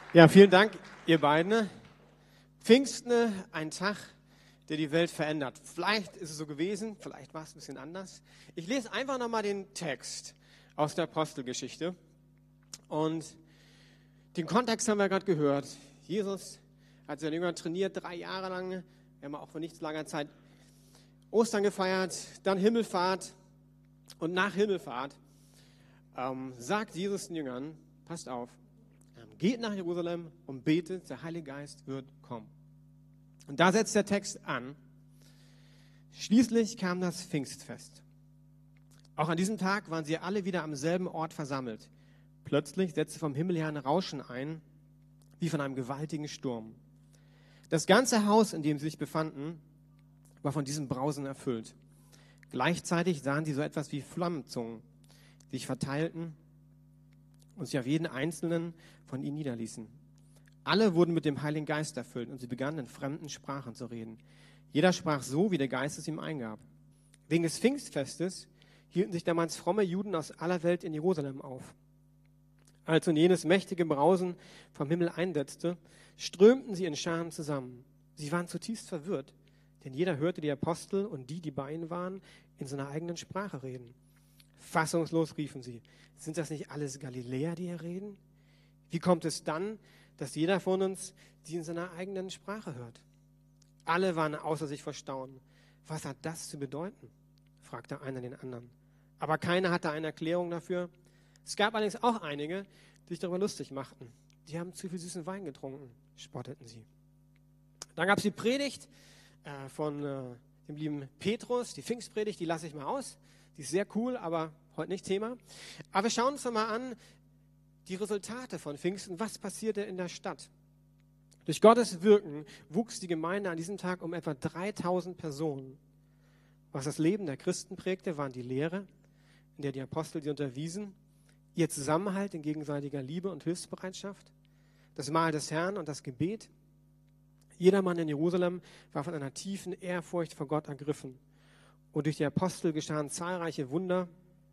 Ja, vielen Dank, ihr beiden. Pfingsten, ein Tag, der die Welt verändert. Vielleicht ist es so gewesen, vielleicht war es ein bisschen anders. Ich lese einfach nochmal den Text aus der Apostelgeschichte. Und den Kontext haben wir gerade gehört. Jesus hat seine Jünger trainiert, 3 Jahre lang. Wir haben auch vor nicht langer Zeit Ostern gefeiert, dann Himmelfahrt. Und nach Himmelfahrt sagt Jesus den Jüngern, passt auf, geht nach Jerusalem und betet, der Heilige Geist wird kommen. Und da setzt der Text an. Schließlich kam das Pfingstfest. Auch an diesem Tag waren sie alle wieder am selben Ort versammelt. Plötzlich setzte vom Himmel her ein Rauschen ein, wie von einem gewaltigen Sturm. Das ganze Haus, in dem sie sich befanden, war von diesem Brausen erfüllt. Gleichzeitig sahen sie so etwas wie Flammenzungen, die sich verteilten und sich auf jeden einzelnen von ihnen niederließen. Alle wurden mit dem Heiligen Geist erfüllt und sie begannen in fremden Sprachen zu reden. Jeder sprach so, wie der Geist es ihm eingab. Wegen des Pfingstfestes hielten sich damals fromme Juden aus aller Welt in Jerusalem auf. Als nun jenes mächtige Brausen vom Himmel einsetzte, strömten sie in Scharen zusammen. Sie waren zutiefst verwirrt, denn jeder hörte die Apostel und die bei ihnen waren, in seiner eigenen Sprache reden. Fassungslos riefen sie, sind das nicht alles Galiläer, die hier reden? Wie kommt es dann, dass jeder von uns die in seiner eigenen Sprache hört? Alle waren außer sich vor Staunen. Was hat das zu bedeuten? Fragte einer den anderen. Aber keiner hatte eine Erklärung dafür. Es gab allerdings auch einige, die sich darüber lustig machten. Die haben zu viel süßen Wein getrunken, spotteten sie. Dann gab es die Predigt von dem lieben Petrus, die Pfingstpredigt, die lasse ich mal aus. Die ist sehr cool, aber heute nicht Thema. Aber wir schauen uns mal an, die Resultate von Pfingsten. Was passierte in der Stadt? Durch Gottes Wirken wuchs die Gemeinde an diesem Tag um etwa 3000 Personen. Was das Leben der Christen prägte, waren die Lehre, in der die Apostel sie unterwiesen, ihr Zusammenhalt in gegenseitiger Liebe und Hilfsbereitschaft, das Mahl des Herrn und das Gebet. Jedermann in Jerusalem war von einer tiefen Ehrfurcht vor Gott ergriffen. Und durch die Apostel geschahen zahlreiche Wunder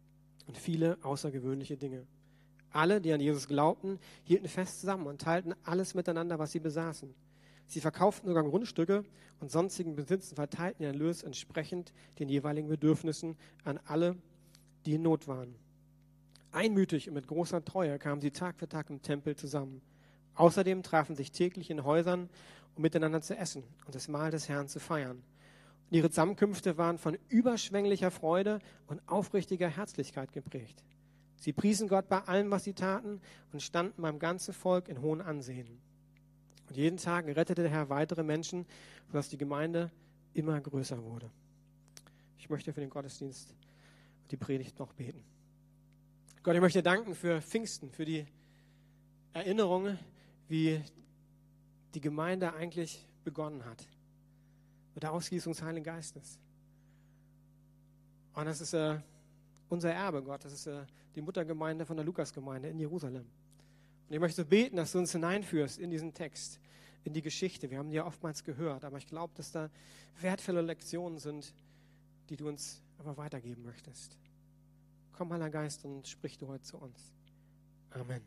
und viele außergewöhnliche Dinge. Alle, die an Jesus glaubten, hielten fest zusammen und teilten alles miteinander, was sie besaßen. Sie verkauften sogar Grundstücke und sonstigen Besitz und verteilten den Erlös entsprechend den jeweiligen Bedürfnissen an alle, die in Not waren. Einmütig und mit großer Treue kamen sie Tag für Tag im Tempel zusammen. Außerdem trafen sich täglich in Häusern, um miteinander zu essen und das Mahl des Herrn zu feiern. Und ihre Zusammenkünfte waren von überschwänglicher Freude und aufrichtiger Herzlichkeit geprägt. Sie priesen Gott bei allem, was sie taten und standen beim ganzen Volk in hohem Ansehen. Und jeden Tag rettete der Herr weitere Menschen, sodass die Gemeinde immer größer wurde. Ich möchte für den Gottesdienst und die Predigt noch beten. Gott, ich möchte danken für Pfingsten, für die Erinnerung, wie die Gemeinde eigentlich begonnen hat. Mit der Ausgießung des Heiligen Geistes. Und das ist unser Erbe, Gott. Das ist die Muttergemeinde von der Lukasgemeinde in Jerusalem. Und ich möchte beten, dass du uns hineinführst in diesen Text, in die Geschichte. Wir haben die ja oftmals gehört, aber ich glaube, dass da wertvolle Lektionen sind, die du uns aber weitergeben möchtest. Komm, Heiliger Geist, und sprich du heute zu uns. Amen.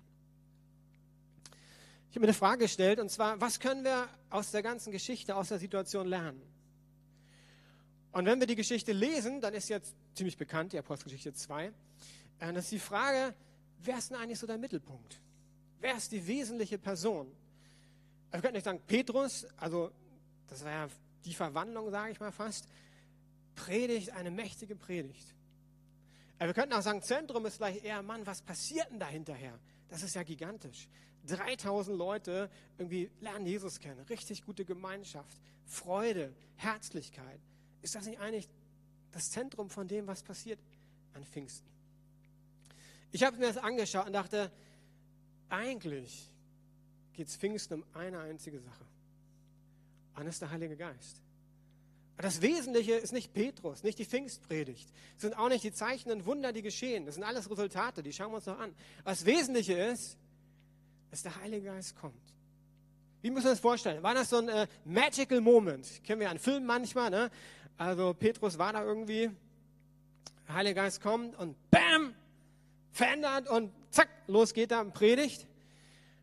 Ich habe mir eine Frage gestellt, und zwar, was können wir aus der ganzen Geschichte, aus der Situation lernen? Und wenn wir die Geschichte lesen, dann ist jetzt ziemlich bekannt, die Apostelgeschichte 2, das ist die Frage, wer ist denn eigentlich so der Mittelpunkt? Wer ist die wesentliche Person? Wir könnten nicht sagen, Petrus, also das war ja die Verwandlung, sage ich mal fast, predigt eine mächtige Predigt. Wir könnten auch sagen, Zentrum ist vielleicht eher, Mann, was passiert denn da hinterher? Das ist ja gigantisch. 3000 Leute irgendwie lernen Jesus kennen, richtig gute Gemeinschaft, Freude, Herzlichkeit. Ist das nicht eigentlich das Zentrum von dem, was passiert an Pfingsten? Ich habe mir das angeschaut und dachte, eigentlich geht es Pfingsten um eine einzige Sache. Und das ist der Heilige Geist. Und das Wesentliche ist nicht Petrus, nicht die Pfingstpredigt. Es sind auch nicht die Zeichen und Wunder, die geschehen. Das sind alles Resultate, die schauen wir uns noch an. Aber das Wesentliche ist, dass der Heilige Geist kommt. Wie müssen wir uns das vorstellen? War das so ein magical Moment? Kennen wir an Filmen manchmal, ne? Also Petrus war da irgendwie, der Heilige Geist kommt und bam, verändert und zack, los geht er und predigt.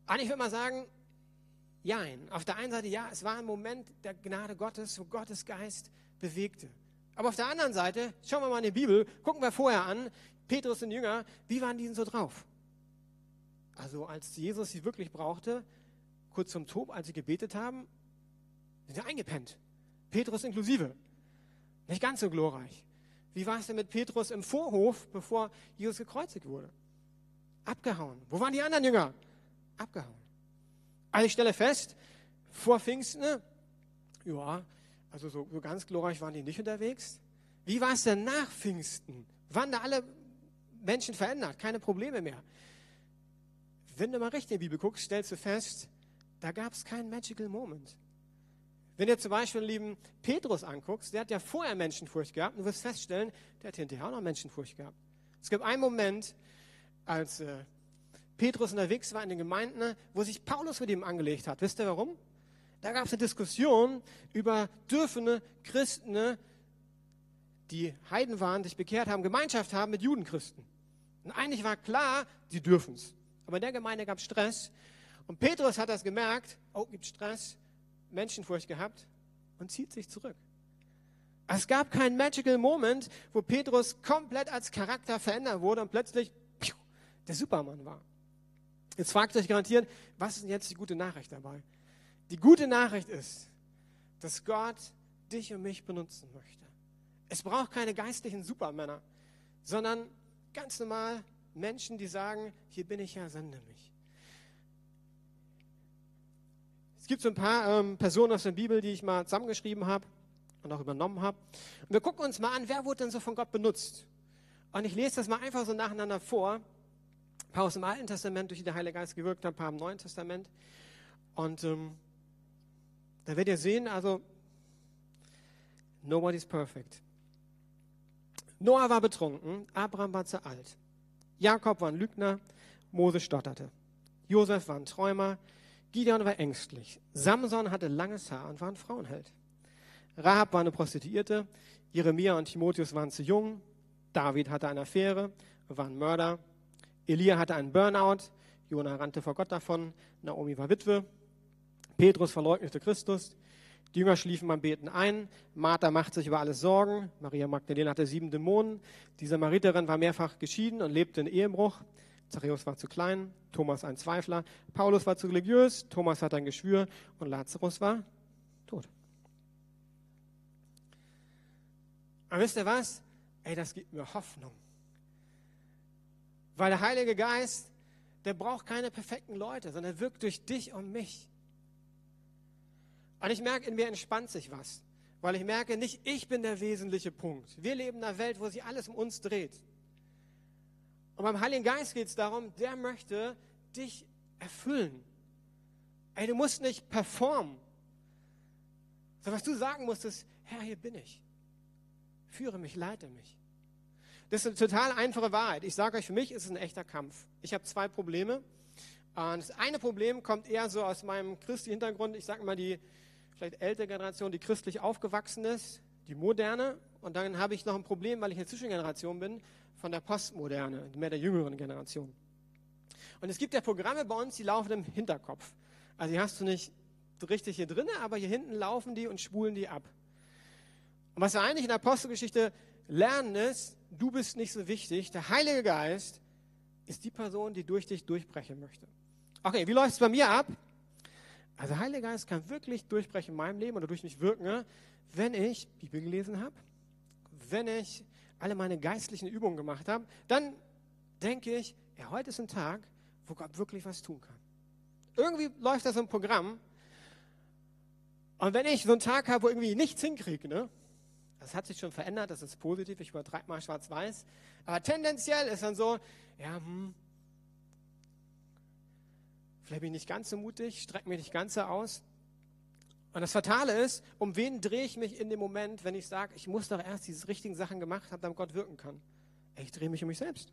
Und ich würde mal sagen, jein. Auf der einen Seite, ja, es war ein Moment der Gnade Gottes, wo Gottes Geist bewegte. Aber auf der anderen Seite, schauen wir mal in die Bibel, gucken wir vorher an, Petrus und Jünger, wie waren die denn so drauf? Also als Jesus sie wirklich brauchte, kurz zum Tod, als sie gebetet haben, sind sie eingepennt. Petrus inklusive. Nicht ganz so glorreich. Wie war es denn mit Petrus im Vorhof, bevor Jesus gekreuzigt wurde? Abgehauen. Wo waren die anderen Jünger? Abgehauen. Also ich stelle fest, vor Pfingsten, ja, also so ganz glorreich waren die nicht unterwegs. Wie war es denn nach Pfingsten? Waren da alle Menschen verändert? Keine Probleme mehr. Wenn du mal richtig in die Bibel guckst, stellst du fest, da gab es keinen Magical Moment. Wenn du zum Beispiel den lieben Petrus anguckst, der hat ja vorher Menschenfurcht gehabt, und du wirst feststellen, der hat hinterher auch noch Menschenfurcht gehabt. Es gibt einen Moment, als Petrus unterwegs war in den Gemeinden, wo sich Paulus mit ihm angelegt hat. Wisst ihr warum? Da gab es eine Diskussion über dürfende Christen, die Heiden waren, sich bekehrt haben, Gemeinschaft haben mit Judenchristen. Und eigentlich war klar, die dürfen es. Aber in der Gemeinde gab es Stress. Und Petrus hat das gemerkt, oh, gibt Stress, Menschenfurcht gehabt und zieht sich zurück. Es gab keinen Magical Moment, wo Petrus komplett als Charakter verändert wurde und plötzlich der Supermann war. Jetzt fragt ihr euch garantiert, was ist denn jetzt die gute Nachricht dabei? Die gute Nachricht ist, dass Gott dich und mich benutzen möchte. Es braucht keine geistlichen Supermänner, sondern ganz normal Menschen, die sagen, hier bin ich, ja, sende mich. Es gibt so ein paar Personen aus der Bibel, die ich mal zusammengeschrieben habe und auch übernommen habe. Und wir gucken uns mal an, wer wurde denn so von Gott benutzt? Und ich lese das mal einfach so nacheinander vor. Ein paar aus dem Alten Testament, durch die der Heilige Geist gewirkt hat, ein paar im Neuen Testament. Und da werdet ihr sehen, also nobody's perfect. Noah war betrunken, Abraham war zu alt. Jakob war ein Lügner, Mose stotterte. Josef war ein Träumer, Gideon war ängstlich. Samson hatte langes Haar und war ein Frauenheld. Rahab war eine Prostituierte. Jeremia und Timotheus waren zu jung. David hatte eine Affäre und war ein Mörder. Elia hatte einen Burnout. Jona rannte vor Gott davon. Naomi war Witwe. Petrus verleugnete Christus. Die Jünger schliefen beim Beten ein. Martha macht sich über alles Sorgen. Maria Magdalena hatte 7 Dämonen. Die Samariterin war mehrfach geschieden und lebte in Ehebruch. Zachäus war zu klein, Thomas ein Zweifler, Paulus war zu religiös, Thomas hatte ein Geschwür und Lazarus war tot. Aber wisst ihr was? Ey, das gibt mir Hoffnung. Weil der Heilige Geist, der braucht keine perfekten Leute, sondern er wirkt durch dich und mich. Und ich merke, in mir entspannt sich was. Weil ich merke, nicht ich bin der wesentliche Punkt. Wir leben in einer Welt, wo sich alles um uns dreht. Und beim Heiligen Geist geht es darum, der möchte dich erfüllen. Ey, du musst nicht performen. Sondern was du sagen musst, ist, Herr, hier bin ich. Führe mich, leite mich. Das ist eine total einfache Wahrheit. Ich sage euch, für mich ist es ein echter Kampf. Ich habe 2 Probleme. Und das eine Problem kommt eher so aus meinem christlichen Hintergrund. Ich sage mal, die vielleicht ältere Generation, die christlich aufgewachsen ist, die moderne. Und dann habe ich noch ein Problem, weil ich eine Zwischengeneration bin, von der Postmoderne, mehr der jüngeren Generation. Und es gibt ja Programme bei uns, die laufen im Hinterkopf. Also die hast du nicht richtig hier drin, aber hier hinten laufen die und spulen die ab. Und was wir eigentlich in der Apostelgeschichte lernen ist, du bist nicht so wichtig. Der Heilige Geist ist die Person, die durch dich durchbrechen möchte. Okay, wie läuft es bei mir ab? Also der Heilige Geist kann wirklich durchbrechen in meinem Leben oder durch mich wirken, wenn ich Bibel gelesen habe, wenn ich alle meine geistlichen Übungen gemacht habe, dann denke ich, ja, heute ist ein Tag, wo Gott wirklich was tun kann. Irgendwie läuft da so ein Programm. Und wenn ich so einen Tag habe, wo irgendwie nichts hinkriege, ne, das hat sich schon verändert, das ist positiv, ich übertreibe mal schwarz-weiß, aber tendenziell ist dann so, ja, vielleicht bin ich nicht ganz so mutig, strecke mich nicht ganz so aus. Und das Fatale ist, um wen drehe ich mich in dem Moment, wenn ich sage, ich muss doch erst diese richtigen Sachen gemacht haben, damit Gott wirken kann. Ich drehe mich um mich selbst.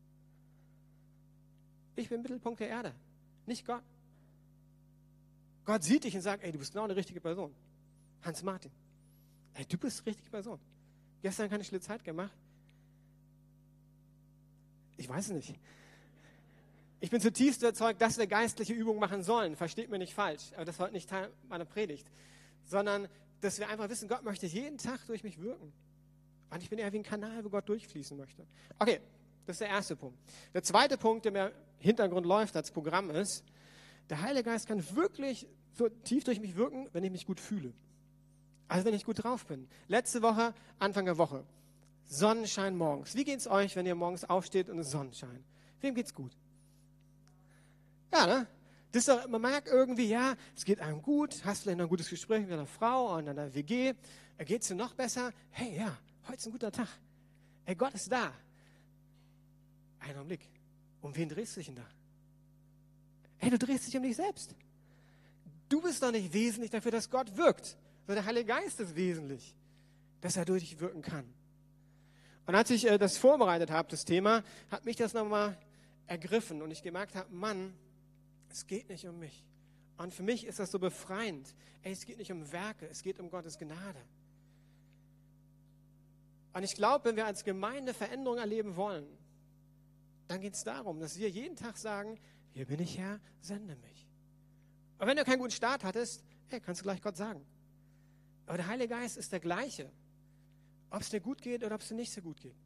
Ich bin Mittelpunkt der Erde, nicht Gott. Gott sieht dich und sagt, ey, du bist genau eine richtige Person. Hans-Martin, ey, du bist die richtige Person. Gestern keine stille Zeit gemacht. Ich weiß es nicht. Ich bin zutiefst überzeugt, dass wir geistliche Übungen machen sollen. Versteht mir nicht falsch, aber das war nicht Teil meiner Predigt. Sondern, dass wir einfach wissen, Gott möchte jeden Tag durch mich wirken. Und ich bin eher wie ein Kanal, wo Gott durchfließen möchte. Okay, das ist der erste Punkt. Der zweite Punkt, der mir im Hintergrund läuft als Programm ist, der Heilige Geist kann wirklich so tief durch mich wirken, wenn ich mich gut fühle. Also wenn ich gut drauf bin. Letzte Woche, Anfang der Woche, Sonnenschein morgens. Wie geht's euch, wenn ihr morgens aufsteht und es ist Sonnenschein? Wem geht's gut? Ja, ne? Das ist doch, man merkt irgendwie, ja, es geht einem gut, hast vielleicht noch ein gutes Gespräch mit einer Frau und einer WG, geht es dir noch besser? Hey, ja, heute ist ein guter Tag. Hey, Gott ist da. Einen Augenblick. Um wen drehst du dich denn da? Hey, du drehst dich um dich selbst. Du bist doch nicht wesentlich dafür, dass Gott wirkt. Sondern der Heilige Geist ist wesentlich, dass er durch dich wirken kann. Und als ich das vorbereitet habe, das Thema, hat mich das nochmal ergriffen und ich gemerkt habe, Mann, es geht nicht um mich. Und für mich ist das so befreiend. Ey, es geht nicht um Werke, es geht um Gottes Gnade. Und ich glaube, wenn wir als Gemeinde Veränderung erleben wollen, dann geht es darum, dass wir jeden Tag sagen, hier bin ich Herr, sende mich. Und wenn du keinen guten Start hattest, hey, kannst du gleich Gott sagen. Aber der Heilige Geist ist der gleiche. Ob es dir gut geht oder ob es dir nicht so gut geht.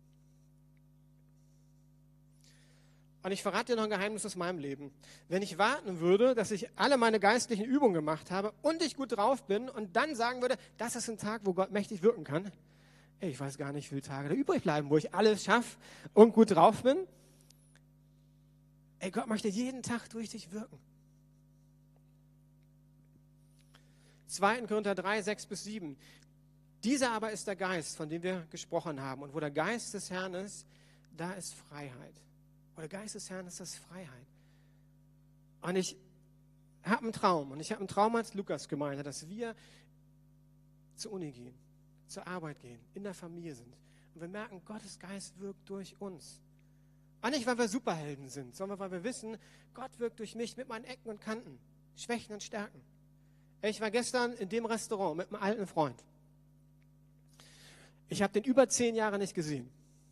Und ich verrate dir noch ein Geheimnis aus meinem Leben. Wenn ich warten würde, dass ich alle meine geistlichen Übungen gemacht habe und ich gut drauf bin und dann sagen würde, das ist ein Tag, wo Gott mächtig wirken kann. Ey, ich weiß gar nicht, wie viele Tage da übrig bleiben, wo ich alles schaffe und gut drauf bin. Ey, Gott möchte jeden Tag durch dich wirken. 2. Korinther 3, 6-7. Dieser aber ist der Geist, von dem wir gesprochen haben. Und wo der Geist des Herrn ist, da ist Freiheit. Wo der Geist des Herrn ist, das Freiheit. Und ich habe einen Traum. Und ich habe einen Traum als Lukas-Gemeinde, dass wir zur Uni gehen, zur Arbeit gehen, in der Familie sind. Und wir merken, Gottes Geist wirkt durch uns. Und nicht, weil wir Superhelden sind, sondern weil wir wissen, Gott wirkt durch mich mit meinen Ecken und Kanten, Schwächen und Stärken. Ich war gestern in dem Restaurant mit einem alten Freund. Ich habe den über 10 Jahre nicht gesehen.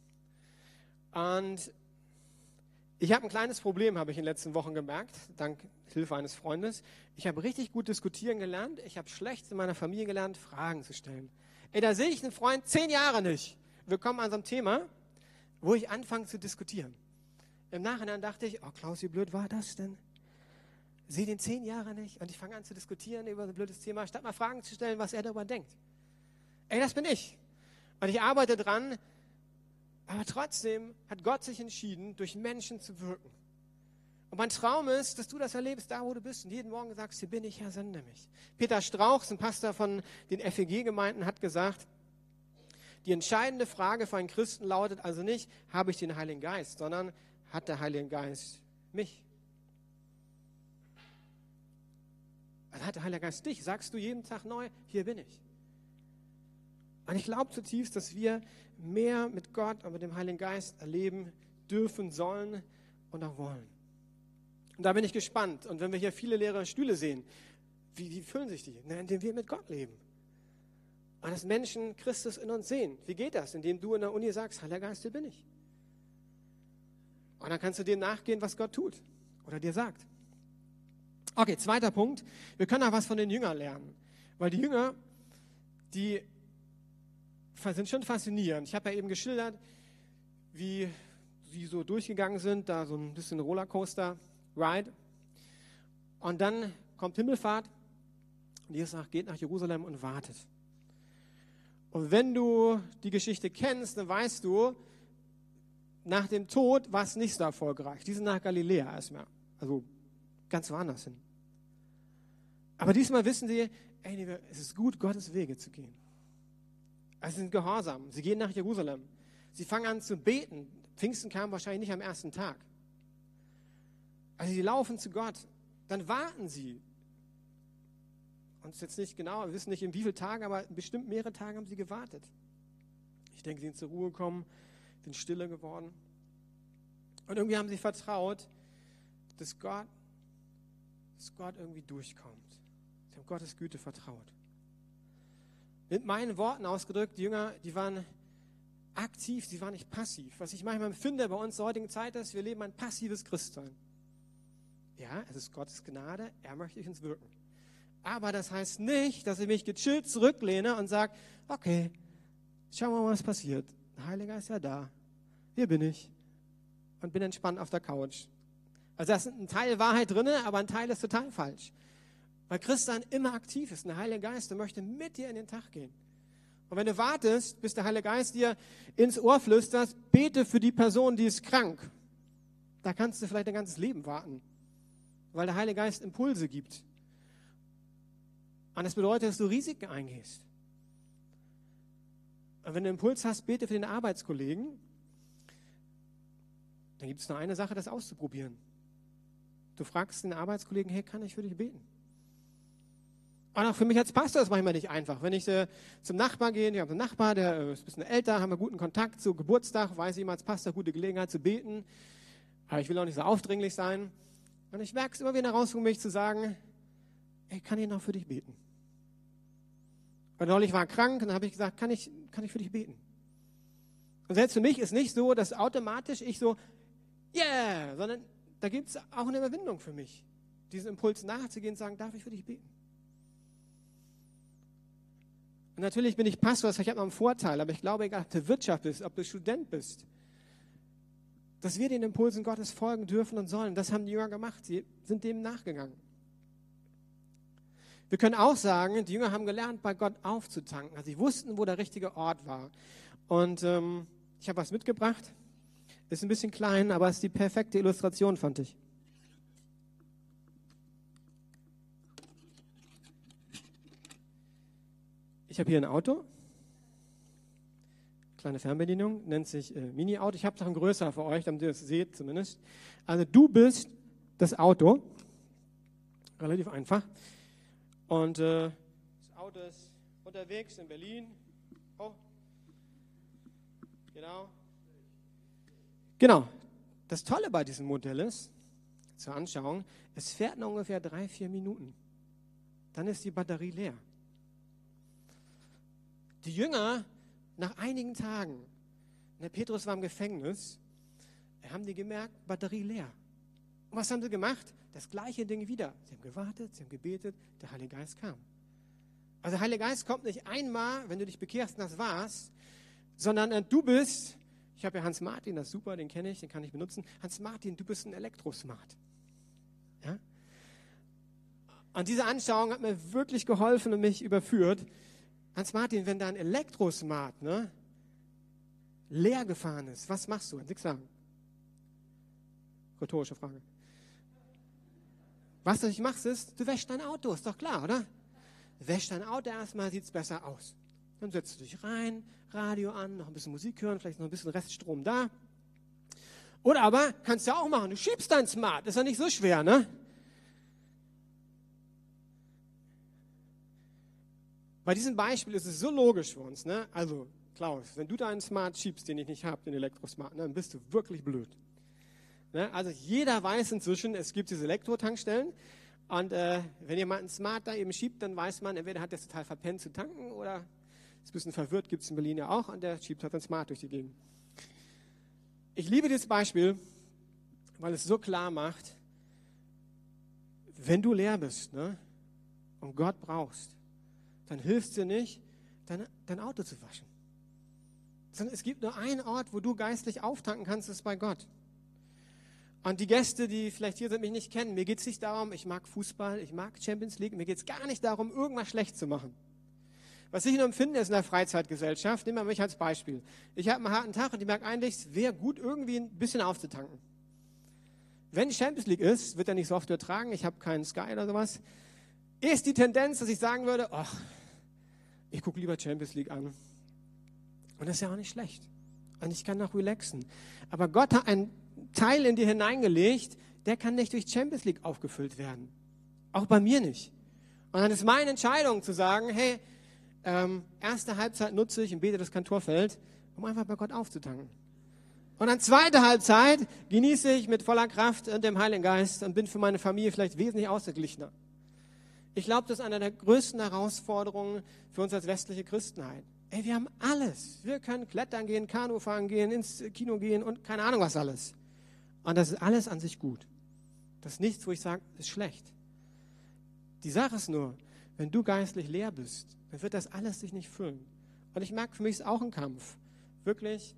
Und ich habe ein kleines Problem, habe ich in den letzten Wochen gemerkt, dank Hilfe eines Freundes. Ich habe richtig gut diskutieren gelernt. Ich habe schlecht in meiner Familie gelernt, Fragen zu stellen. Ey, da sehe ich einen Freund 10 Jahre nicht. Wir kommen an so ein Thema, wo ich anfange zu diskutieren. Im Nachhinein dachte ich, oh Klaus, wie blöd war das denn? Sehe den 10 Jahre nicht und ich fange an zu diskutieren über so ein blödes Thema, statt mal Fragen zu stellen, was er darüber denkt. Ey, das bin ich. Und ich arbeite dran, aber trotzdem hat Gott sich entschieden, durch Menschen zu wirken. Und mein Traum ist, dass du das erlebst, da wo du bist und jeden Morgen sagst, hier bin ich, Herr, sende mich. Peter Strauch, ein Pastor von den FEG-Gemeinden, hat gesagt, die entscheidende Frage für einen Christen lautet also nicht, habe ich den Heiligen Geist, sondern hat der Heilige Geist mich? Also hat der Heilige Geist dich? Sagst du jeden Tag neu, hier bin ich. Und ich glaube zutiefst, dass wir mehr mit Gott und mit dem Heiligen Geist erleben dürfen, sollen und auch wollen. Und da bin ich gespannt. Und wenn wir hier viele leere Stühle sehen, wie füllen sich die? Na, indem wir mit Gott leben. Und dass Menschen Christus in uns sehen. Wie geht das? Indem du in der Uni sagst, Heiliger Geist, hier bin ich. Und dann kannst du dem nachgehen, was Gott tut oder dir sagt. Okay, zweiter Punkt. Wir können auch was von den Jüngern lernen. Weil die Jünger, die sind schon faszinierend. Ich habe ja eben geschildert, wie sie so durchgegangen sind, da so ein bisschen Rollercoaster-Ride. Und dann kommt Himmelfahrt und Jesus sagt, geht nach Jerusalem und wartet. Und wenn du die Geschichte kennst, dann weißt du, nach dem Tod war es nicht so erfolgreich. Die sind nach Galiläa erstmal, also ganz woanders hin. Aber diesmal wissen sie, ey, es ist gut, Gottes Wege zu gehen. Also sie sind gehorsam. Sie gehen nach Jerusalem. Sie fangen an zu beten. Pfingsten kam wahrscheinlich nicht am ersten Tag. Also sie laufen zu Gott. Dann warten sie. Und es ist jetzt nicht genau, wir wissen nicht in wie vielen Tagen, aber bestimmt mehrere Tage haben sie gewartet. Ich denke, sie sind zur Ruhe gekommen, sind stille geworden. Und irgendwie haben sie vertraut, dass Gott irgendwie durchkommt. Sie haben Gottes Güte vertraut. Mit meinen Worten ausgedrückt, die Jünger, die waren aktiv, sie waren nicht passiv. Was ich manchmal empfinde bei uns in der heutigen Zeit ist, wir leben ein passives Christsein. Ja, es ist Gottes Gnade, er möchte dich ins Wirken. Aber das heißt nicht, dass ich mich gechillt zurücklehne und sage, okay, schauen wir mal, was passiert. Der Heilige Geist ist ja da. Hier bin ich. Und bin entspannt auf der Couch. Also da ist ein Teil Wahrheit drin, aber ein Teil ist total falsch. Weil Christsein immer aktiv ist. Und der Heilige Geist, der möchte mit dir in den Tag gehen. Und wenn du wartest, bis der Heilige Geist dir ins Ohr flüstert, bete für die Person, die ist krank. Da kannst du vielleicht dein ganzes Leben warten. Weil der Heilige Geist Impulse gibt. Und das bedeutet, dass du Risiken eingehst. Und wenn du einen Impuls hast, bete für den Arbeitskollegen, dann gibt es nur eine Sache, das auszuprobieren. Du fragst den Arbeitskollegen, hey, kann ich für dich beten? Und auch für mich als Pastor ist es manchmal nicht einfach. Wenn ich zum Nachbar gehe, ich habe einen Nachbar, der ist ein bisschen älter, haben wir guten Kontakt zu Geburtstag, weiß ich immer als Pastor, gute Gelegenheit zu beten. Aber ich will auch nicht so aufdringlich sein. Und ich merke es immer wieder eine Herausforderung, mich zu sagen, hey, kann ich noch für dich beten? Und neulich war krank und dann habe ich gesagt, kann ich für dich beten? Und selbst für mich ist nicht so, dass automatisch ich so, yeah, sondern da gibt es auch eine Überwindung für mich, diesen Impuls nachzugehen und sagen, darf ich für dich beten? Und natürlich bin ich Pastor, ich habe noch einen Vorteil, aber ich glaube, egal ob du Wirtschaft bist, ob du Student bist, dass wir den Impulsen Gottes folgen dürfen und sollen. Das haben die Jünger gemacht, sie sind dem nachgegangen. Wir können auch sagen, die Jünger haben gelernt, bei Gott aufzutanken. Also sie wussten, wo der richtige Ort war. Und ich habe was mitgebracht. Ist ein bisschen klein, aber ist die perfekte Illustration, fand ich. Ich habe hier ein Auto. Kleine Fernbedienung, nennt sich Mini-Auto. Ich habe noch ein größer für euch, damit ihr das seht zumindest. Also du bist das Auto. Relativ einfach. Und das Auto ist unterwegs in Berlin. Oh. Genau. Das Tolle bei diesem Modell ist, zur Anschauung, es fährt noch ungefähr 3-4 Minuten. Dann ist die Batterie leer. Die Jünger, nach einigen Tagen, der Petrus war im Gefängnis, haben die gemerkt, Batterie leer. Und was haben sie gemacht? Das gleiche Ding wieder. Sie haben gewartet, sie haben gebetet, der Heilige Geist kam. Also der Heilige Geist kommt nicht einmal, wenn du dich bekehrst, das war's, sondern du bist, ich habe ja Hans Martin, das ist super, den kenne ich, den kann ich benutzen. Hans Martin, du bist ein Elektrosmart. Ja? Und diese Anschauung hat mir wirklich geholfen und mich überführt. Hans Martin, wenn dein Elektrosmart leer gefahren ist, was machst du? Nichts sagen. Rhetorische Frage. Was du nicht machst, ist, du wäschst dein Auto, ist doch klar, oder? Wäsch dein Auto erstmal, sieht es besser aus. Dann setzt du dich rein, Radio an, noch ein bisschen Musik hören, vielleicht noch ein bisschen Reststrom da. Oder aber, kannst du ja auch machen, du schiebst dein Smart, ist ja nicht so schwer, ne? Bei diesem Beispiel ist es so logisch für uns, ne? Also, Klaus, wenn du deinen Smart schiebst, den ich nicht habe, den Elektrosmart, ne, dann bist du wirklich blöd. Ne? Also jeder weiß inzwischen, es gibt diese Elektrotankstellen und wenn jemand einen Smart da eben schiebt, dann weiß man, entweder hat der es total verpennt zu tanken oder ist ein bisschen verwirrt, gibt es in Berlin ja auch und der schiebt halt ein Smart durch die Gegend. Ich liebe dieses Beispiel, weil es so klar macht, wenn du leer bist, ne, und Gott brauchst, dann hilft dir nicht, dein Auto zu waschen. Sondern es gibt nur einen Ort, wo du geistlich auftanken kannst, das ist bei Gott. Und die Gäste, die vielleicht hier sind, mich nicht kennen, mir geht es nicht darum, ich mag Fußball, ich mag Champions League, mir geht es gar nicht darum, irgendwas schlecht zu machen. Was ich nur empfinde, ist in der Freizeitgesellschaft, nehmen wir mich als Beispiel. Ich habe einen harten Tag und ich merke eigentlich, es wäre gut, irgendwie ein bisschen aufzutanken. Wenn Champions League ist, wird er nicht so oft übertragen, ich habe keinen Sky oder sowas, ist die Tendenz, dass ich sagen würde, ach, ich gucke lieber Champions League an. Und das ist ja auch nicht schlecht. Und ich kann noch relaxen. Aber Gott hat einen Teil in dir hineingelegt, der kann nicht durch Champions League aufgefüllt werden. Auch bei mir nicht. Und dann ist meine Entscheidung zu sagen, hey, erste Halbzeit nutze ich und bete das Kantorfeld, um einfach bei Gott aufzutanken. Und dann zweite Halbzeit genieße ich mit voller Kraft und dem Heiligen Geist und bin für meine Familie vielleicht wesentlich ausgeglichener. Ich glaube, das ist eine der größten Herausforderungen für uns als westliche Christenheit. Ey, wir haben alles. Wir können klettern gehen, Kanu fahren gehen, ins Kino gehen und keine Ahnung was alles. Und das ist alles an sich gut. Das ist nichts, wo ich sage, ist schlecht. Die Sache ist nur, wenn du geistlich leer bist, dann wird das alles dich nicht füllen. Und ich merke, für mich ist auch ein Kampf. Wirklich.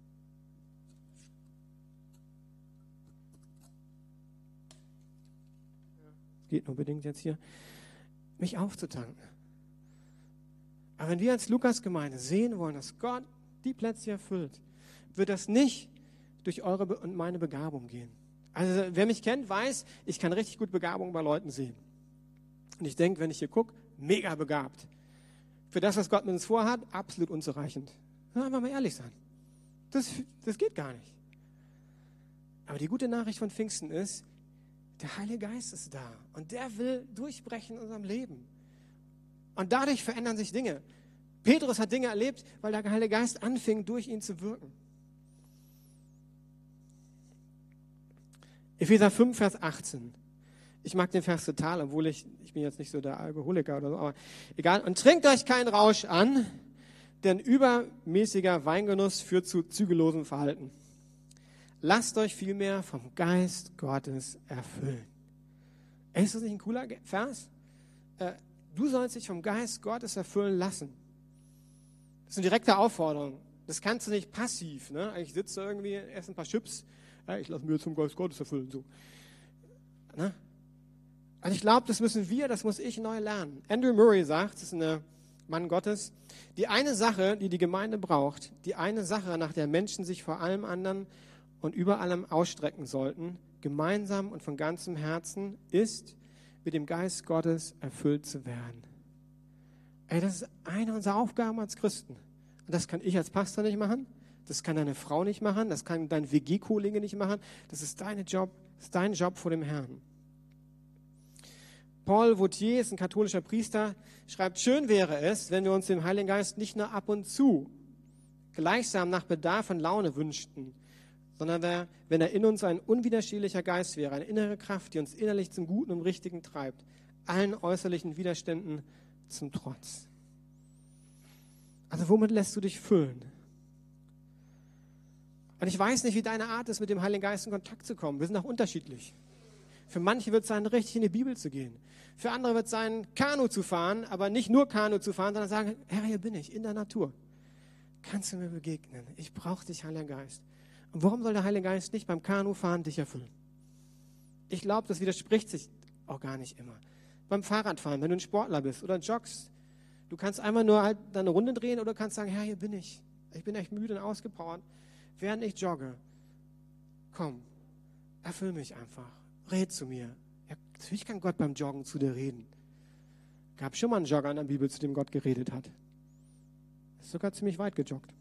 Geht unbedingt jetzt hier, mich aufzutanken. Aber wenn wir als Lukas-Gemeinde sehen wollen, dass Gott die Plätze erfüllt, wird das nicht durch eure und meine Begabung gehen. Also wer mich kennt, weiß, ich kann richtig gut Begabung bei Leuten sehen. Und ich denke, wenn ich hier gucke, mega begabt. Für das, was Gott mit uns vorhat, absolut unzureichend. Na, einfach mal ehrlich sein. Das geht gar nicht. Aber die gute Nachricht von Pfingsten ist, der Heilige Geist ist da und der will durchbrechen in unserem Leben. Und dadurch verändern sich Dinge. Petrus hat Dinge erlebt, weil der Heilige Geist anfing, durch ihn zu wirken. Epheser 5, Vers 18. Ich mag den Vers total, obwohl ich bin jetzt nicht so der Alkoholiker oder so, aber egal. Und trinkt euch keinen Rausch an, denn übermäßiger Weingenuss führt zu zügellosem Verhalten. Lasst euch vielmehr vom Geist Gottes erfüllen. Ist das nicht ein cooler Vers? Du sollst dich vom Geist Gottes erfüllen lassen. Das ist eine direkte Aufforderung. Das kannst du nicht passiv. Ne? Ich sitze irgendwie, esse ein paar Chips. Ich lasse mir jetzt vom Geist Gottes erfüllen. So. Ne? Also ich glaube, das müssen wir, das muss ich neu lernen. Andrew Murray sagt, das ist ein Mann Gottes, die eine Sache, die die Gemeinde braucht, die eine Sache, nach der Menschen sich vor allem anderen und über allem ausstrecken sollten, gemeinsam und von ganzem Herzen, ist, mit dem Geist Gottes erfüllt zu werden. Das ist eine unserer Aufgaben als Christen. Und das kann ich als Pastor nicht machen, das kann deine Frau nicht machen, das kann dein WG-Kollege nicht machen, das ist dein Job vor dem Herrn. Paul Vautier ist ein katholischer Priester, schreibt, schön wäre es, wenn wir uns dem Heiligen Geist nicht nur ab und zu gleichsam nach Bedarf und Laune wünschten, sondern wenn er in uns ein unwiderstehlicher Geist wäre, eine innere Kraft, die uns innerlich zum Guten und Richtigen treibt, allen äußerlichen Widerständen zum Trotz. Also womit lässt du dich füllen? Und ich weiß nicht, wie deine Art ist, mit dem Heiligen Geist in Kontakt zu kommen. Wir sind auch unterschiedlich. Für manche wird es sein, richtig in die Bibel zu gehen. Für andere wird es sein, Kanu zu fahren, aber nicht nur Kanu zu fahren, sondern sagen, Herr, hier bin ich, in der Natur. Kannst du mir begegnen? Ich brauche dich, Heiliger Geist. Und warum soll der Heilige Geist nicht beim Kanufahren dich erfüllen? Ich glaube, das widerspricht sich auch gar nicht immer. Beim Fahrradfahren, wenn du ein Sportler bist oder joggst, du kannst einfach nur halt deine Runde drehen oder kannst sagen, Herr, hier bin ich. Ich bin echt müde und ausgepowert. Während ich jogge, komm, erfüll mich einfach. Red zu mir. Ja, natürlich kann Gott beim Joggen zu dir reden. Gab schon mal einen Jogger in der Bibel, zu dem Gott geredet hat. Ist sogar ziemlich weit gejoggt.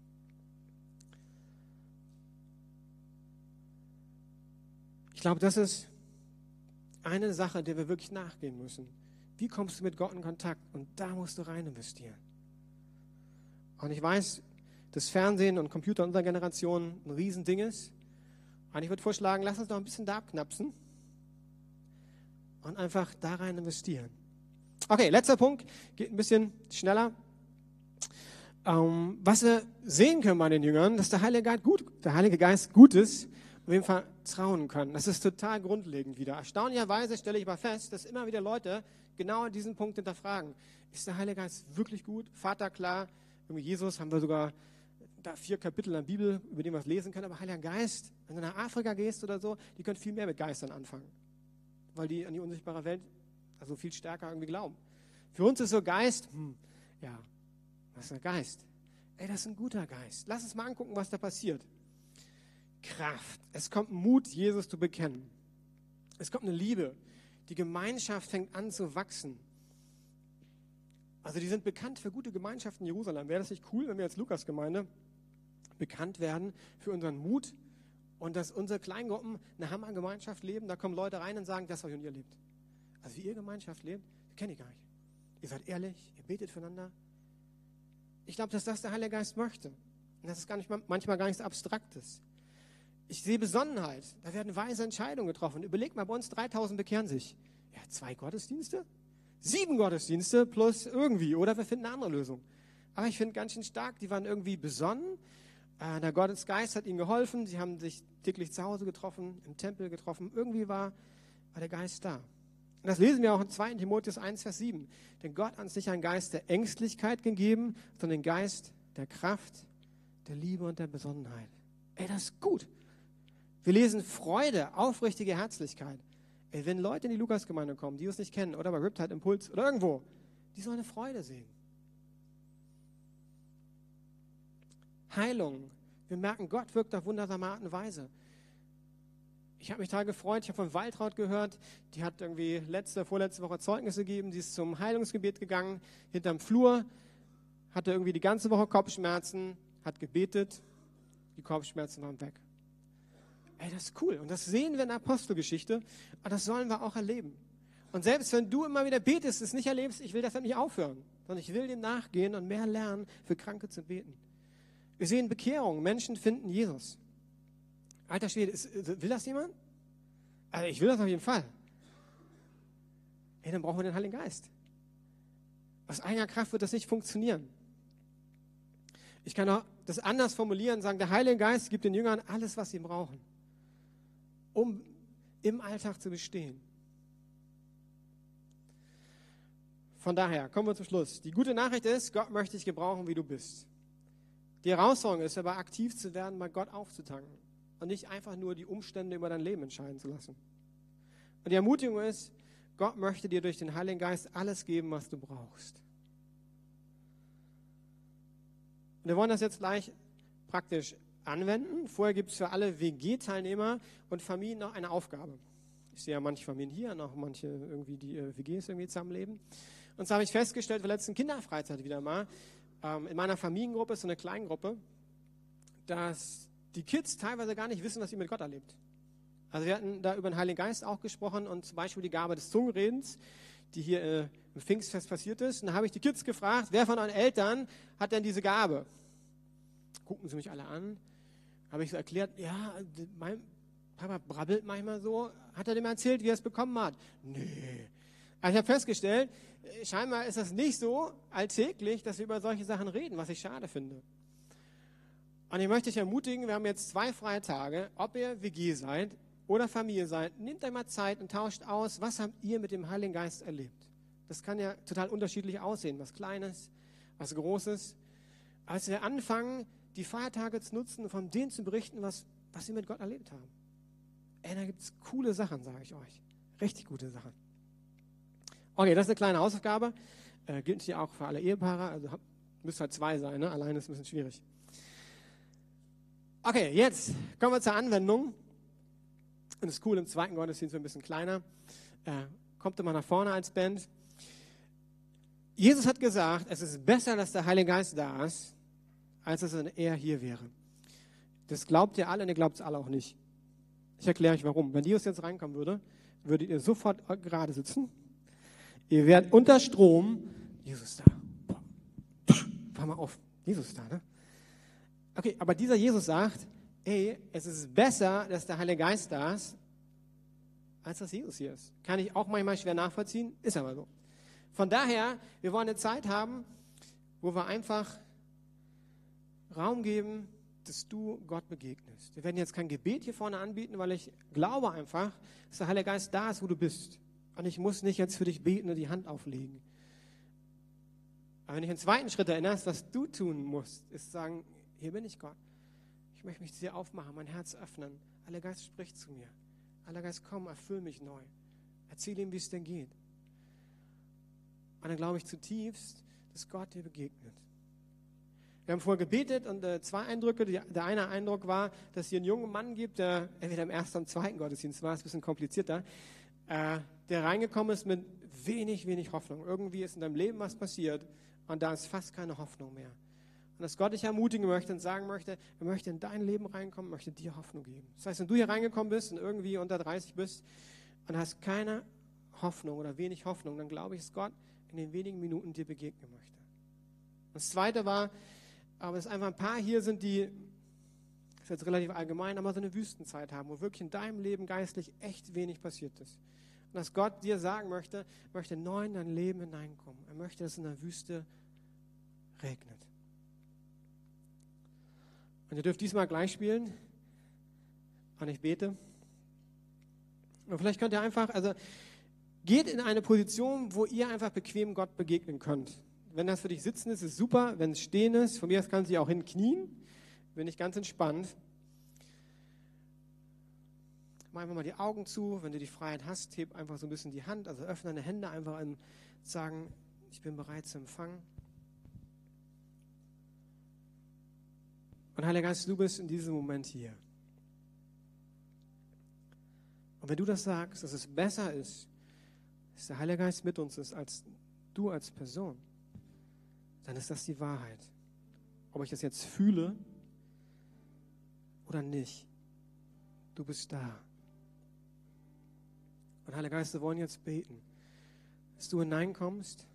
Ich glaube, das ist eine Sache, der wir wirklich nachgehen müssen. Wie kommst du mit Gott in Kontakt? Und da musst du rein investieren. Und ich weiß, dass Fernsehen und Computer unserer Generation ein Riesending ist. Und ich würde vorschlagen, lass uns noch ein bisschen da abknapsen und einfach da rein investieren. Okay, letzter Punkt, geht ein bisschen schneller. Was wir sehen können bei den Jüngern, dass der Heilige Geist gut ist und wir ihm vertrauen können. Das ist total grundlegend wieder. Erstaunlicherweise stelle ich aber fest, dass immer wieder Leute genau diesen Punkt hinterfragen. Ist der Heilige Geist wirklich gut? Vater, klar. Irgendwie Jesus haben wir sogar da 4 Kapitel in der Bibel, über die wir was lesen können. Aber Heiliger Geist, wenn du nach Afrika gehst oder so, die können viel mehr mit Geistern anfangen. Weil die an die unsichtbare Welt also viel stärker irgendwie glauben. Für uns ist so Geist, ja, was ist ein Geist? Das ist ein guter Geist. Lass uns mal angucken, was da passiert. Kraft. Es kommt Mut, Jesus zu bekennen. Es kommt eine Liebe. Die Gemeinschaft fängt an zu wachsen. Also die sind bekannt für gute Gemeinschaften in Jerusalem. Wäre das nicht cool, wenn wir als Lukas-Gemeinde bekannt werden für unseren Mut und dass unsere Kleingruppen eine Hammergemeinschaft leben? Da kommen Leute rein und sagen, das, was ihr und ihr lebt. Also wie ihr Gemeinschaft lebt, kenne ich gar nicht. Ihr seid ehrlich, ihr betet füreinander. Ich glaube, dass das der Heilige Geist möchte. Und das ist manchmal gar nichts Abstraktes. Ich sehe Besonnenheit. Da werden weise Entscheidungen getroffen. Überlegt mal, bei uns 3000 bekehren sich. Ja, 2 Gottesdienste? 7 Gottesdienste plus irgendwie. Oder wir finden eine andere Lösung. Aber ich finde ganz schön stark, die waren irgendwie besonnen. Der Gottesgeist hat ihnen geholfen. Sie haben sich täglich zu Hause getroffen, im Tempel getroffen. Irgendwie war war der Geist da. Und das lesen wir auch in 2. Timotheus 1, Vers 7. Denn Gott hat uns nicht einen Geist der Ängstlichkeit gegeben, sondern den Geist der Kraft, der Liebe und der Besonnenheit. Ey, das ist gut. Wir lesen Freude, aufrichtige Herzlichkeit. Ey, wenn Leute in die Lukas-Gemeinde kommen, die uns nicht kennen, oder bei Riptide Impuls oder irgendwo, die sollen eine Freude sehen. Heilung. Wir merken, Gott wirkt auf wundersame Art und Weise. Ich habe mich total gefreut, ich habe von Waltraud gehört, die hat irgendwie vorletzte Woche Zeugnisse gegeben, sie ist zum Heilungsgebet gegangen, hinterm Flur, hatte irgendwie die ganze Woche Kopfschmerzen, hat gebetet, die Kopfschmerzen waren weg. Ey, das ist cool und das sehen wir in der Apostelgeschichte und das sollen wir auch erleben. Und selbst wenn du immer wieder betest, es nicht erlebst, ich will das nicht aufhören, sondern ich will dem nachgehen und mehr lernen, für Kranke zu beten. Wir sehen Bekehrung, Menschen finden Jesus. Alter Schwede, will das jemand? Also ich will das auf jeden Fall. Ey, dann brauchen wir den Heiligen Geist. Aus eigener Kraft wird das nicht funktionieren. Ich kann auch das anders formulieren und sagen, der Heilige Geist gibt den Jüngern alles, was sie brauchen, um im Alltag zu bestehen. Von daher, kommen wir zum Schluss. Die gute Nachricht ist, Gott möchte dich gebrauchen, wie du bist. Die Herausforderung ist aber, aktiv zu werden, bei Gott aufzutanken und nicht einfach nur die Umstände über dein Leben entscheiden zu lassen. Und die Ermutigung ist, Gott möchte dir durch den Heiligen Geist alles geben, was du brauchst. Und wir wollen das jetzt gleich praktisch anwenden. Vorher gibt es für alle WG-Teilnehmer und Familien noch eine Aufgabe. Ich sehe ja manche Familien hier, noch manche irgendwie, die WGs irgendwie zusammenleben. Und so habe ich festgestellt, für letzten Kinderfreizeit wieder mal, in meiner Familiengruppe ist so eine Kleingruppe, dass die Kids teilweise gar nicht wissen, was sie mit Gott erlebt. Also wir hatten da über den Heiligen Geist auch gesprochen und zum Beispiel die Gabe des Zungenredens, die hier im Pfingstfest passiert ist. Und da habe ich die Kids gefragt, wer von euren Eltern hat denn diese Gabe? Gucken sie mich alle an. Habe ich so erklärt, ja, mein Papa brabbelt manchmal so. Hat er dem erzählt, wie er es bekommen hat? Nee. Also ich habe festgestellt, scheinbar ist das nicht so alltäglich, dass wir über solche Sachen reden, was ich schade finde. Und ich möchte dich ermutigen, wir haben jetzt 2 freie Tage, ob ihr WG seid oder Familie seid, nehmt euch mal Zeit und tauscht aus, was habt ihr mit dem Heiligen Geist erlebt. Das kann ja total unterschiedlich aussehen, was Kleines, was Großes. Als wir anfangen, die Feiertage zu nutzen und von denen zu berichten, was wir mit Gott erlebt haben. Ey, da gibt es coole Sachen, sage ich euch. Richtig gute Sachen. Okay, das ist eine kleine Hausaufgabe. Gilt hier auch für alle Ehepaare. Also müsst halt 2 sein, ne? Alleine ist ein bisschen schwierig. Okay, jetzt kommen wir zur Anwendung. Und das ist cool, im zweiten Gottesdienst sind wir ein bisschen kleiner. Kommt immer nach vorne als Band. Jesus hat gesagt, es ist besser, dass der Heilige Geist da ist, als dass er hier wäre. Das glaubt ihr alle und ihr glaubt es alle auch nicht. Ich erkläre euch warum. Wenn Jesus jetzt reinkommen würde, würdet ihr sofort gerade sitzen. Ihr werdet unter Strom. Jesus ist da. Fahr mal auf. Jesus ist da, ne? Okay, aber dieser Jesus sagt, ey, es ist besser, dass der Heilige Geist da ist, als dass Jesus hier ist. Kann ich auch manchmal schwer nachvollziehen, ist aber so. Von daher, wir wollen eine Zeit haben, wo wir einfach Raum geben, dass du Gott begegnest. Wir werden jetzt kein Gebet hier vorne anbieten, weil ich glaube einfach, dass der Heilige Geist da ist, wo du bist. Und ich muss nicht jetzt für dich beten und die Hand auflegen. Aber wenn du dich den zweiten Schritt erinnerst, was du tun musst, ist sagen, hier bin ich Gott. Ich möchte mich dir aufmachen, mein Herz öffnen. Heiliger Geist spricht zu mir. Heiliger Geist, komm, erfüll mich neu. Erzähl ihm, wie es denn geht. Und dann glaube ich zutiefst, dass Gott dir begegnet. Wir haben vorher gebetet und 2 Eindrücke. Der eine Eindruck war, dass es hier einen jungen Mann gibt, der entweder im ersten oder im zweiten Gottesdienst war, ist ein bisschen komplizierter, der reingekommen ist mit wenig Hoffnung. Irgendwie ist in deinem Leben was passiert und da ist fast keine Hoffnung mehr. Und dass Gott dich ermutigen möchte und sagen möchte, er möchte in dein Leben reinkommen, möchte dir Hoffnung geben. Das heißt, wenn du hier reingekommen bist und irgendwie unter 30 bist und hast keine Hoffnung oder wenig Hoffnung, dann glaube ich, dass Gott in den wenigen Minuten dir begegnen möchte. Das Zweite war, aber es einfach ein paar hier sind, die, das ist jetzt relativ allgemein, aber so eine Wüstenzeit haben, wo wirklich in deinem Leben geistlich echt wenig passiert ist. Und dass Gott dir sagen möchte neu in dein Leben hineinkommen. Er möchte, dass es in der Wüste regnet. Und ihr dürft diesmal gleich spielen. Und ich bete. Und vielleicht könnt ihr einfach, geht in eine Position, wo ihr einfach bequem Gott begegnen könnt. Wenn das für dich sitzen ist, ist super. Wenn es stehen ist, von mir aus kannst du dich auch hinknien. Bin ich ganz entspannt. Mach einfach mal die Augen zu. Wenn du die Freiheit hast, heb einfach so ein bisschen die Hand. Also öffne deine Hände einfach und sagen, ich bin bereit zu empfangen. Und Heiliger Geist, du bist in diesem Moment hier. Und wenn du das sagst, dass es besser ist, dass der Heilige Geist mit uns ist, als du als Person, dann ist das die Wahrheit. Ob ich das jetzt fühle oder nicht, du bist da. Und Heiliger Geist, wir wollen jetzt beten, dass du hineinkommst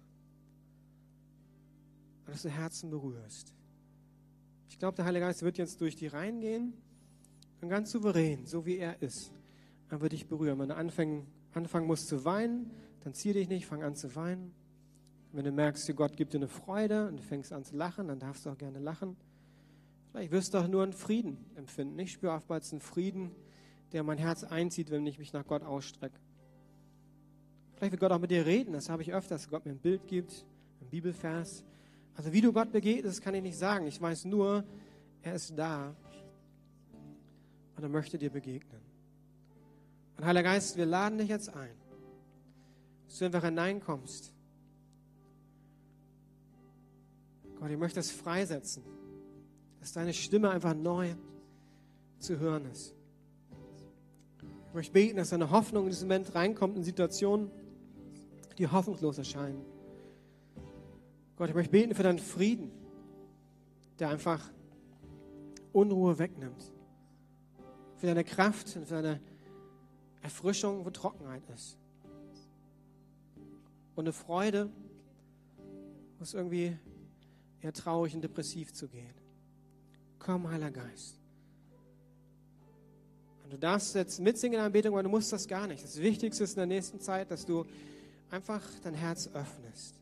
und dass du Herzen berührst. Ich glaube, der Heilige Geist wird jetzt durch die Reihen gehen und ganz souverän, so wie er ist, er wird dich berühren. Wenn du anfangen musst zu weinen, dann zieh dich nicht, fang an zu weinen. Wenn du merkst, Gott gibt dir eine Freude und du fängst an zu lachen, dann darfst du auch gerne lachen. Vielleicht wirst du auch nur einen Frieden empfinden. Ich spüre oftmals einen Frieden, der mein Herz einzieht, wenn ich mich nach Gott ausstrecke. Vielleicht wird Gott auch mit dir reden, das habe ich öfters, dass Gott mir ein Bild gibt, ein Bibelvers. Also wie du Gott begegnest, kann ich nicht sagen. Ich weiß nur, er ist da und er möchte dir begegnen. Und Heiliger Geist, wir laden dich jetzt ein, dass du einfach hineinkommst. Gott, ich möchte das freisetzen, dass deine Stimme einfach neu zu hören ist. Ich möchte beten, dass deine Hoffnung in diesen Moment reinkommt in Situationen, die hoffnungslos erscheinen. Gott, ich möchte beten für deinen Frieden, der einfach Unruhe wegnimmt. Für deine Kraft und für deine Erfrischung, wo Trockenheit ist. Und eine Freude, wo es irgendwie eher traurig und depressiv zu gehen. Komm, Heiliger Geist. Und du darfst jetzt mitsingen in der Anbetung, aber du musst das gar nicht. Das Wichtigste ist in der nächsten Zeit, dass du einfach dein Herz öffnest.